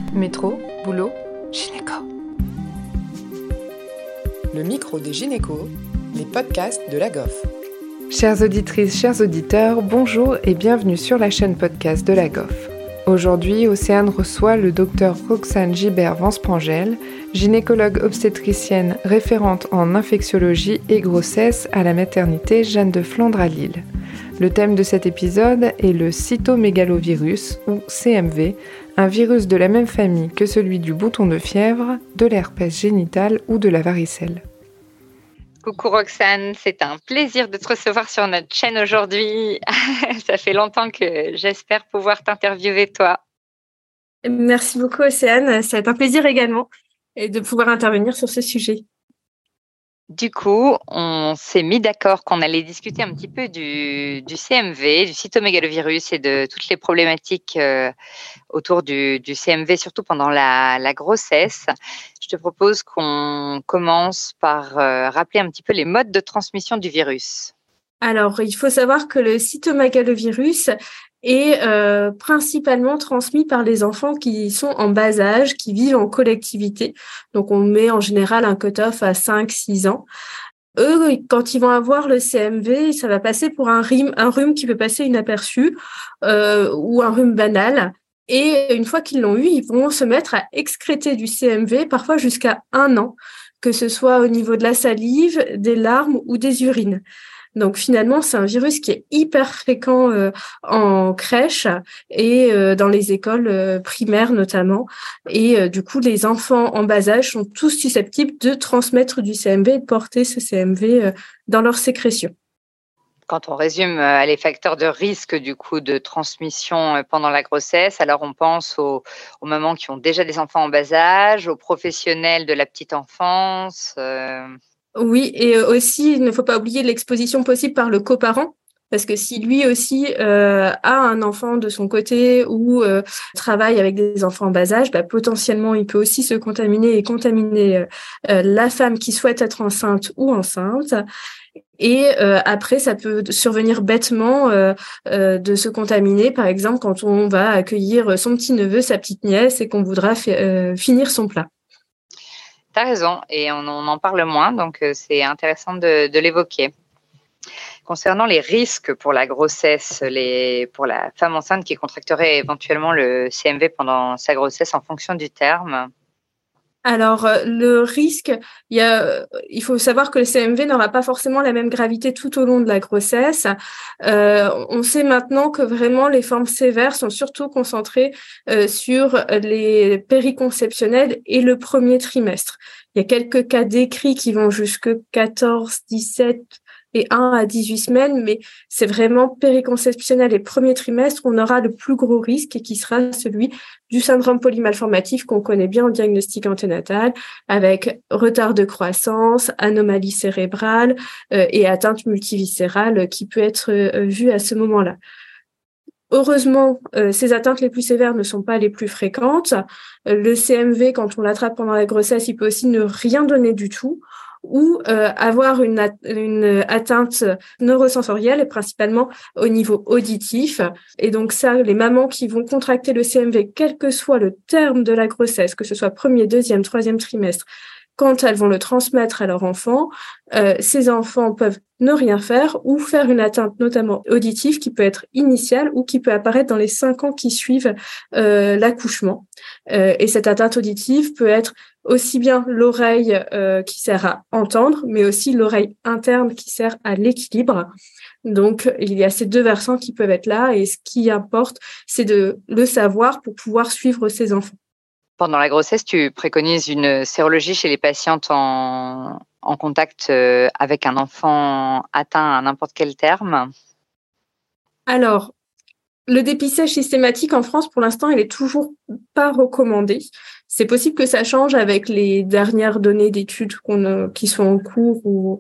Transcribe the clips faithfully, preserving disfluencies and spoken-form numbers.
Métro, boulot, gynéco. Le micro des gynécos, les podcasts de la G O F. Chères auditrices, chers auditeurs, bonjour et bienvenue sur la chaîne podcast de la G O F. Aujourd'hui, Océane reçoit le docteur Roxane Gibert-Vansprangel, gynécologue obstétricienne référente en infectiologie et grossesse à la maternité Jeanne de Flandre à Lille. Le thème de cet épisode est le cytomégalovirus, ou C M V, un virus de la même famille que celui du bouton de fièvre, de l'herpès génital ou de la varicelle. Coucou Roxane, c'est un plaisir de te recevoir sur notre chaîne aujourd'hui. Ça fait longtemps que j'espère pouvoir t'interviewer toi. Merci beaucoup Océane, c'est un plaisir également de pouvoir intervenir sur ce sujet. Du coup, on s'est mis d'accord qu'on allait discuter un petit peu du, du C M V, du cytomégalovirus et de toutes les problématiques euh, autour du, du C M V, surtout pendant la, la grossesse. Je te propose qu'on commence par euh, rappeler un petit peu les modes de transmission du virus. Alors, il faut savoir que le cytomégalovirus est euh, principalement transmis par les enfants qui sont en bas âge, qui vivent en collectivité. Donc, on met en général un cut-off à cinq six ans. Eux, quand ils vont avoir le C M V, ça va passer pour un rhume, un rhume qui peut passer inaperçu euh, ou un rhume banal. Et une fois qu'ils l'ont eu, ils vont se mettre à excréter du C M V, parfois jusqu'à un an, que ce soit au niveau de la salive, des larmes ou des urines. Donc finalement, c'est un virus qui est hyper fréquent euh, en crèche et euh, dans les écoles euh, primaires notamment. Et euh, du coup, les enfants en bas âge sont tous susceptibles de transmettre du C M V et de porter ce C M V euh, dans leur sécrétion. Quand on résume euh, les facteurs de risque du coup de transmission euh, pendant la grossesse, alors on pense aux, aux mamans qui ont déjà des enfants en bas âge, aux professionnels de la petite enfance. Euh... Oui, et aussi, il ne faut pas oublier l'exposition possible par le coparent, parce que si lui aussi euh, a un enfant de son côté ou euh, travaille avec des enfants en bas âge, bah, potentiellement, il peut aussi se contaminer et contaminer euh, la femme qui souhaite être enceinte ou enceinte. Et euh, après, ça peut survenir bêtement euh, euh, de se contaminer, par exemple, quand on va accueillir son petit-neveu, sa petite-nièce et qu'on voudra fi- euh, finir son plat. Tu as raison, et on, on en parle moins, donc euh, c'est intéressant de, de l'évoquer. Concernant les risques pour la grossesse, les, pour la femme enceinte qui contracterait éventuellement le C M V pendant sa grossesse en fonction du terme. Alors, le risque, il, y a, il faut savoir que le C M V n'aura pas forcément la même gravité tout au long de la grossesse. Euh, on sait maintenant que vraiment les formes sévères sont surtout concentrées euh, sur les périconceptionnels et le premier trimestre. Il y a quelques cas décrits qui vont jusque quatorze, dix-sept et un à dix-huit semaines, mais c'est vraiment périconceptionnel et premier trimestre où on aura le plus gros risque et qui sera celui du syndrome polymalformatif qu'on connaît bien en diagnostic anténatal, avec retard de croissance, anomalie cérébrale euh, et atteinte multiviscérale qui peut être euh, vue à ce moment-là. Heureusement, euh, ces atteintes les plus sévères ne sont pas les plus fréquentes. Euh, le C M V, quand on l'attrape pendant la grossesse, il peut aussi ne rien donner du tout ou euh, avoir une, at- une atteinte neurosensorielle, et principalement au niveau auditif. Et donc ça, les mamans qui vont contracter le C M V, quel que soit le terme de la grossesse, que ce soit premier, deuxième, troisième trimestre, quand elles vont le transmettre à leur enfant, euh, ces enfants peuvent ne rien faire ou faire une atteinte notamment auditive qui peut être initiale ou qui peut apparaître dans les cinq ans qui suivent euh, l'accouchement. Euh, et cette atteinte auditive peut être aussi bien l'oreille euh, qui sert à entendre, mais aussi l'oreille interne qui sert à l'équilibre. Donc, il y a ces deux versants qui peuvent être là et ce qui importe, c'est de le savoir pour pouvoir suivre ces enfants. Pendant la grossesse, tu préconises une sérologie chez les patientes en, en contact avec un enfant atteint à n'importe quel terme? Alors, le dépistage systématique en France, pour l'instant, il est toujours pas recommandé. C'est possible que ça change avec les dernières données d'études qu'on, qui sont en cours ou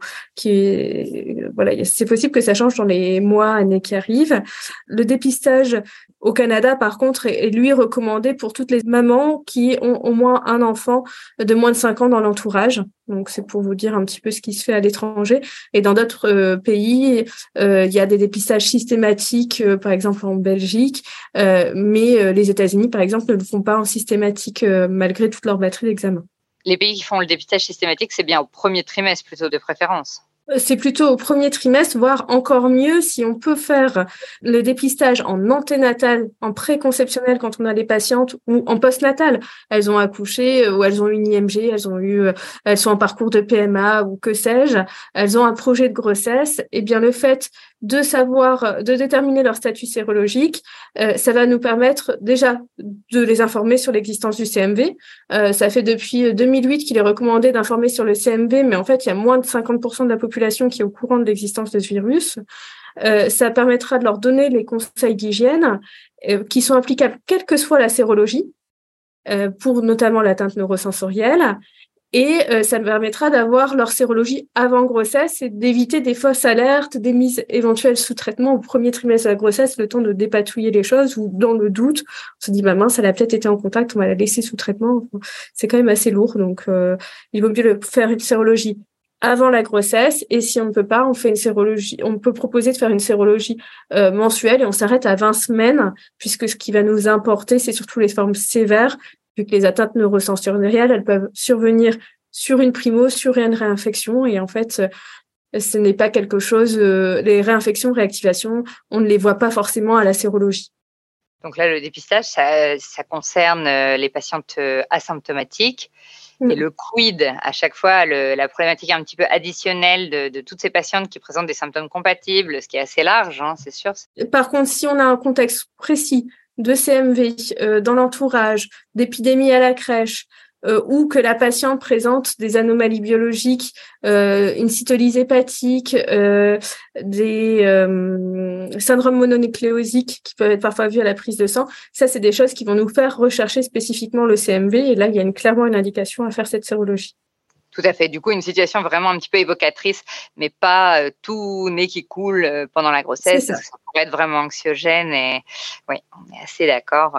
qui, voilà, c'est possible que ça change dans les mois, années qui arrivent. Le dépistage au Canada, par contre, est, est lui recommandé pour toutes les mamans qui ont au moins un enfant de moins de cinq ans dans l'entourage. Donc, c'est pour vous dire un petit peu ce qui se fait à l'étranger. Et dans d'autres euh, pays, euh, il y a des dépistages systématiques, euh, par exemple en Belgique, euh, mais euh, les États-Unis, par exemple, ne le font pas en systématique euh, malgré toute leur batterie d'examens. Les pays qui font le dépistage systématique, c'est bien au premier trimestre plutôt de préférence. C'est plutôt au premier trimestre, voire encore mieux si on peut faire le dépistage en anténatal, en préconceptionnel quand on a les patientes ou en postnatal. Elles ont accouché ou elles ont eu une I M G, elles ont eu, elles sont en parcours de P M A ou que sais-je, elles ont un projet de grossesse. Eh bien, le fait de savoir, de déterminer leur statut sérologique, euh, ça va nous permettre déjà de les informer sur l'existence du C M V. Euh, ça fait depuis deux mille huit qu'il est recommandé d'informer sur le C M V, mais en fait, il y a moins de cinquante pour cent de la population qui est au courant de l'existence de ce virus. Euh, ça permettra de leur donner les conseils d'hygiène euh, qui sont applicables quelle que soit la sérologie, euh, pour notamment l'atteinte neurosensorielle. Et euh, ça permettra d'avoir leur sérologie avant grossesse et d'éviter des fausses alertes, des mises éventuelles sous traitement au premier trimestre de la grossesse, le temps de dépatouiller les choses ou dans le doute, on se dit bah mince, elle a peut-être été en contact, on va la laisser sous traitement. C'est quand même assez lourd, donc euh, il vaut mieux le faire une sérologie avant la grossesse, et si on ne peut pas, on fait une sérologie. On peut proposer de faire une sérologie euh, mensuelle et on s'arrête à vingt semaines, puisque ce qui va nous importer, c'est surtout les formes sévères, vu que les atteintes neurosensorielles, elles peuvent survenir sur une primo, sur une réinfection, et en fait, ce n'est pas quelque chose. Euh, les réinfections, réactivations, on ne les voit pas forcément à la sérologie. Donc là, le dépistage, ça, ça concerne les patientes asymptomatiques. Et le quid, à chaque fois, le, la problématique un petit peu additionnelle de, de toutes ces patientes qui présentent des symptômes compatibles, ce qui est assez large, hein, c'est sûr. Par contre, si on a un contexte précis de C M V euh, dans l'entourage, d'épidémie à la crèche, euh, ou que la patiente présente des anomalies biologiques, euh, une cytolyse hépatique, euh, des euh, syndromes mononucléosiques qui peuvent être parfois vus à la prise de sang, ça, c'est des choses qui vont nous faire rechercher spécifiquement le C M V. Et là, il y a une, clairement une indication à faire cette sérologie. Tout à fait. Du coup, une situation vraiment un petit peu évocatrice, mais pas euh, tout nez qui coule euh, pendant la grossesse. Ça. ça pourrait être vraiment anxiogène. Et oui, on est assez d'accord.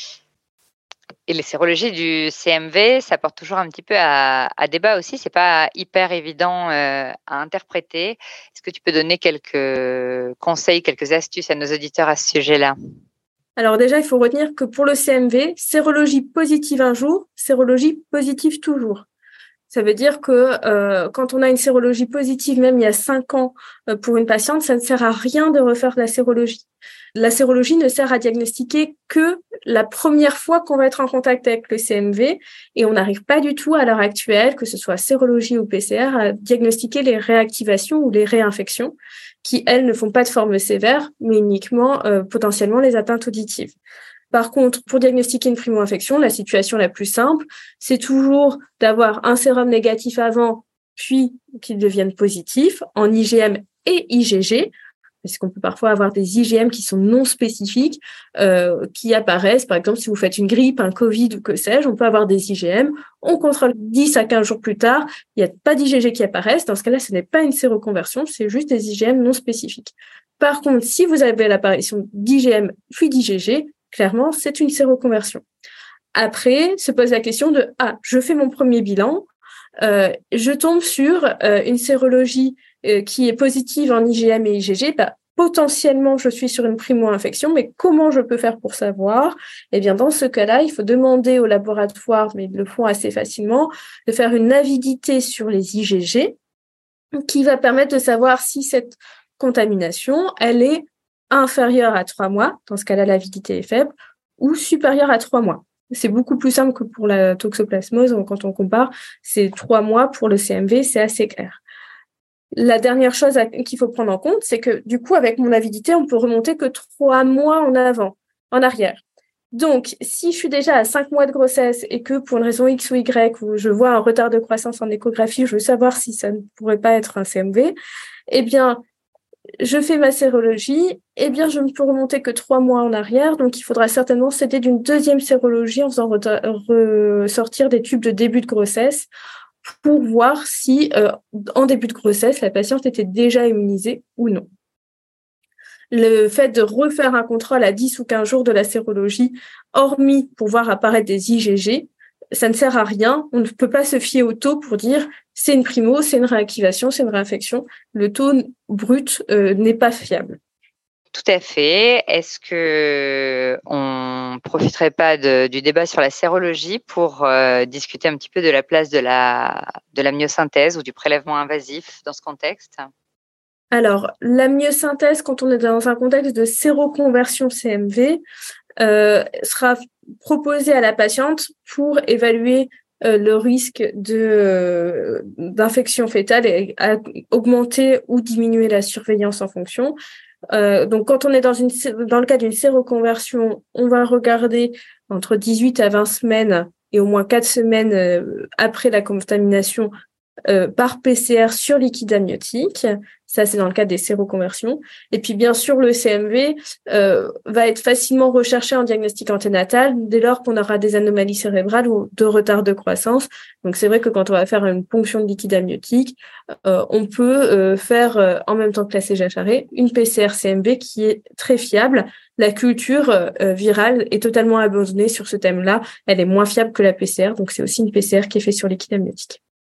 Et les sérologies du C M V, ça porte toujours un petit peu à, à débat aussi. C'est pas hyper évident euh, à interpréter. Est-ce que tu peux donner quelques conseils, quelques astuces à nos auditeurs à ce sujet-là ? Alors déjà, il faut retenir que pour le C M V, sérologie positive un jour, sérologie positive toujours. Ça veut dire que euh, quand on a une sérologie positive, même il y a cinq ans, euh, pour une patiente, ça ne sert à rien de refaire de la sérologie. La sérologie ne sert à diagnostiquer que la première fois qu'on va être en contact avec le C M V, et on n'arrive pas du tout à l'heure actuelle, que ce soit sérologie ou P C R, à diagnostiquer les réactivations ou les réinfections qui, elles, ne font pas de forme sévère, mais uniquement euh, potentiellement les atteintes auditives. Par contre, pour diagnostiquer une primo-infection, la situation la plus simple, c'est toujours d'avoir un sérum négatif avant, puis qu'il devienne positif en I G M et I G G, parce qu'on peut parfois avoir des I G M qui sont non spécifiques, euh, qui apparaissent. Par exemple, si vous faites une grippe, un Covid ou que sais-je, on peut avoir des I G M. On contrôle dix à quinze jours plus tard, il n'y a pas d'I G G qui apparaissent. Dans ce cas-là, ce n'est pas une séroconversion, c'est juste des I G M non spécifiques. Par contre, si vous avez l'apparition d'I G M puis d'I G G, clairement, c'est une séroconversion. Après, se pose la question de « Ah, je fais mon premier bilan, euh, je tombe sur euh, une sérologie euh, qui est positive en I G M et I G G, bah, potentiellement, je suis sur une primo-infection, mais comment je peux faire pour savoir ? Eh bien, dans ce cas-là, il faut demander au laboratoire, mais ils le font assez facilement, de faire une avidité sur les I G G qui va permettre de savoir si cette contamination, elle est inférieure à trois mois, dans ce cas-là, l'avidité est faible, ou supérieure à trois mois. C'est beaucoup plus simple que pour la toxoplasmose, quand on compare, c'est trois mois pour le C M V, c'est assez clair. La dernière chose qu'il faut prendre en compte, c'est que du coup, avec mon avidité, on peut remonter que trois mois en avant, en arrière. Donc, si je suis déjà à cinq mois de grossesse et que pour une raison X ou Y, où je vois un retard de croissance en échographie, je veux savoir si ça ne pourrait pas être un C M V, eh bien, je fais ma sérologie, eh bien, je ne peux remonter que trois mois en arrière, donc il faudra certainement s'aider d'une deuxième sérologie en faisant ressortir des tubes de début de grossesse pour voir si, euh, en début de grossesse, la patiente était déjà immunisée ou non. Le fait de refaire un contrôle à dix ou quinze jours de la sérologie, hormis pour voir apparaître des I G G, ça ne sert à rien. On ne peut pas se fier au taux pour dire c'est une primo, c'est une réactivation, c'est une réinfection. Le taux brut euh, n'est pas fiable. Tout à fait. Est-ce que on profiterait pas de, du débat sur la sérologie pour euh, discuter un petit peu de la place de la, de la myosynthèse ou du prélèvement invasif dans ce contexte ? Alors, la myosynthèse, quand on est dans un contexte de séroconversion C M V, euh, sera proposée à la patiente pour évaluer euh, le risque de, euh, d'infection fétale et à augmenter ou diminuer la surveillance en fonction. Euh, donc, quand on est dans, une, dans le cas d'une séroconversion, on va regarder entre dix-huit à vingt semaines et au moins quatre semaines euh, après la contamination euh, par P C R sur liquide amniotique. Ça, c'est dans le cas des séroconversions. Et puis, bien sûr, le C M V euh, va être facilement recherché en diagnostic anténatal dès lors qu'on aura des anomalies cérébrales ou de retard de croissance. Donc, c'est vrai que quand on va faire une ponction de liquide amniotique, euh, on peut euh, faire, euh, en même temps que la C G H R E, une P C R C M V qui est très fiable. La culture euh, virale est totalement abandonnée sur ce thème-là. Elle est moins fiable que la P C R. Donc, c'est aussi une P C R qui est faite sur liquide amniotique.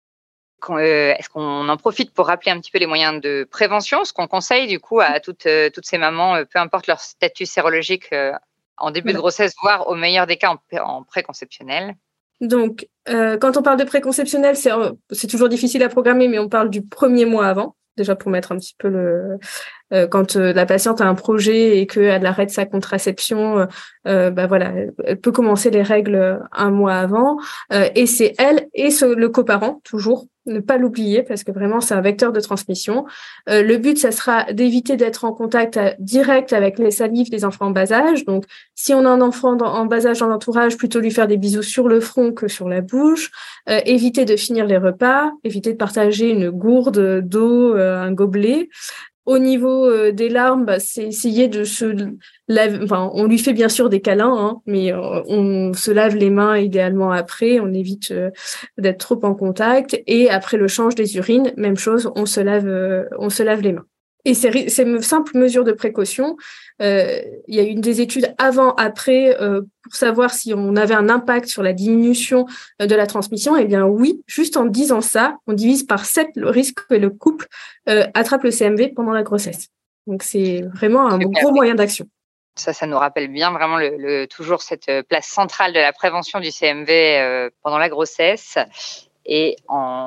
Est-ce qu'on en profite pour rappeler un petit peu les moyens de prévention, ce qu'on conseille du coup à toutes, toutes ces mamans, peu importe leur statut sérologique en début voilà. de grossesse, voire au meilleur des cas en, en préconceptionnel? Donc, euh, quand on parle de préconceptionnel, c'est, c'est toujours difficile à programmer, mais on parle du premier mois avant, déjà pour mettre un petit peu le... Euh, quand euh, la patiente a un projet et qu'elle arrête sa contraception, euh, bah voilà, elle peut commencer les règles un mois avant. Euh, et c'est elle et ce, le coparent, toujours, ne pas l'oublier parce que vraiment c'est un vecteur de transmission. Euh, le but, ça sera d'éviter d'être en contact à, direct avec les salives des enfants en bas âge. Donc, si on a un enfant dans, en bas âge dans l'entourage, plutôt lui faire des bisous sur le front que sur la bouche. Euh, éviter de finir les repas, éviter de partager une gourde d'eau, euh, un gobelet. Au niveau euh, des larmes, bah, c'est essayer de se laver. Enfin, on lui fait bien sûr des câlins, hein, mais euh, on se lave les mains idéalement après. On évite euh, d'être trop en contact. Et après le change des urines, même chose, on se lave, euh, on se lave les mains. Et ces, ces simples mesures de précaution, euh, il y a eu des études avant-après euh, pour savoir si on avait un impact sur la diminution de la transmission. Eh bien oui, juste en disant ça, on divise par sept le risque que le couple euh, attrape le C M V pendant la grossesse. Donc c'est vraiment un gros moyen d'action. Ça, ça nous rappelle bien vraiment le, le, toujours cette place centrale de la prévention du C M V euh, pendant la grossesse. Et en...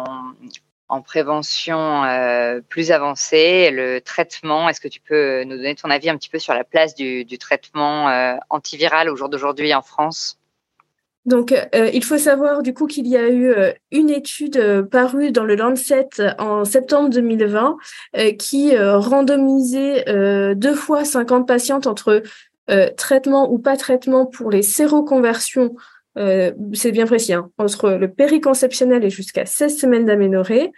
En prévention euh, plus avancée, le traitement, est-ce que tu peux nous donner ton avis un petit peu sur la place du, du traitement euh, antiviral au jour d'aujourd'hui en France ? Donc, euh, il faut savoir du coup qu'il y a eu euh, une étude euh, parue dans le Lancet en septembre deux mille vingt euh, qui euh, randomisait euh, deux fois cinquante patientes entre euh, traitement ou pas traitement pour les séroconversions. Euh, c'est bien précis, hein, entre le périconceptionnel et jusqu'à seize semaines d'aménorrhée.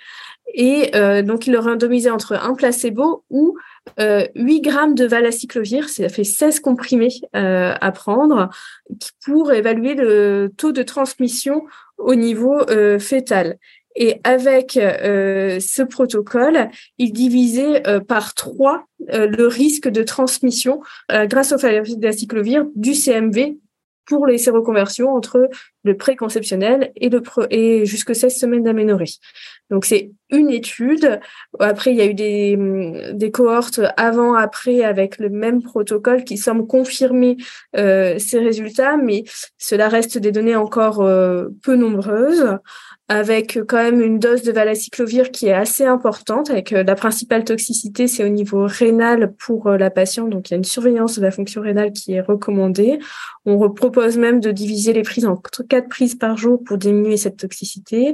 Et euh, donc, il le randomisait entre un placebo ou euh, huit grammes de valacyclovir, ça fait seize comprimés euh, à prendre, pour évaluer le taux de transmission au niveau euh, fœtal. Et avec euh, ce protocole, il divisait euh, par trois euh, le risque de transmission euh, grâce au valacyclovir du C M V pour les séroconversions entre le préconceptionnel et, le pre- et jusque seize semaines d'aménorrhée. Donc, c'est une étude. Après, il y a eu des, des cohortes avant, après, avec le même protocole qui semble confirmer euh, ces résultats, mais cela reste des données encore euh, peu nombreuses, avec quand même une dose de valacyclovir qui est assez importante, avec euh, la principale toxicité, c'est au niveau rénal pour euh, la patiente, donc il y a une surveillance de la fonction rénale qui est recommandée. On propose même de diviser les prises en quatre prises par jour pour diminuer cette toxicité.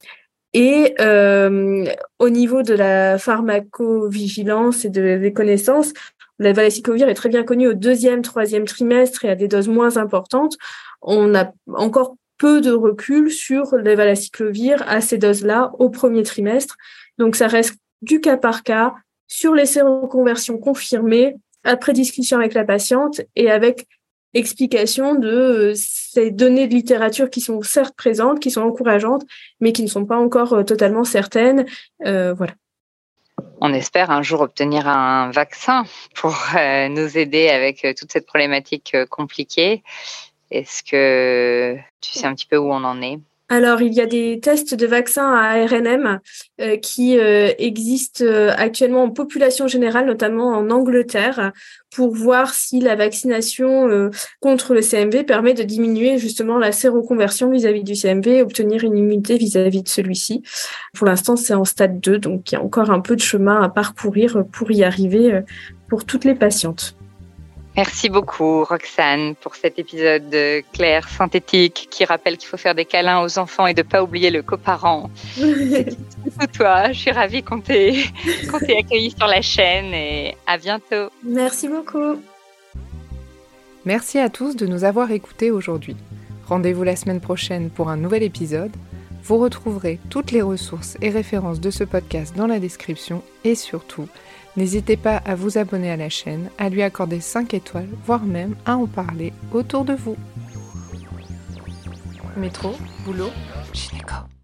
Et euh, au niveau de la pharmacovigilance et de, des connaissances, la valacyclovir est très bien connue au deuxième, troisième trimestre et à des doses moins importantes. On a encore peu de recul sur les valacyclovir à ces doses-là au premier trimestre. Donc, ça reste du cas par cas sur les séroconversions confirmées, après discussion avec la patiente et avec explication de euh, ces données de littérature qui sont certes présentes, qui sont encourageantes, mais qui ne sont pas encore euh, totalement certaines. Euh, voilà. On espère un jour obtenir un vaccin pour euh, nous aider avec euh, toute cette problématique euh, compliquée. Est-ce que tu sais un petit peu où on en est ? Alors, il y a des tests de vaccins à A R N M euh, qui euh, existent euh, actuellement en population générale, notamment en Angleterre, pour voir si la vaccination euh, contre le C M V permet de diminuer justement la séroconversion vis-à-vis du C M V et obtenir une immunité vis-à-vis de celui-ci. Pour l'instant, c'est en stade deux, donc il y a encore un peu de chemin à parcourir pour y arriver euh, pour toutes les patientes. Merci beaucoup, Roxane, pour cet épisode clair, synthétique, qui rappelle qu'il faut faire des câlins aux enfants et de ne pas oublier le coparent. C'est tout toi. Je suis ravie qu'on t'ait, qu'on t'ait accueilli sur la chaîne et à bientôt. Merci beaucoup. Merci à tous de nous avoir écoutés aujourd'hui. Rendez-vous la semaine prochaine pour un nouvel épisode. Vous retrouverez toutes les ressources et références de ce podcast dans la description et surtout, n'hésitez pas à vous abonner à la chaîne, à lui accorder cinq étoiles, voire même à en parler autour de vous. Métro, boulot, gynéco.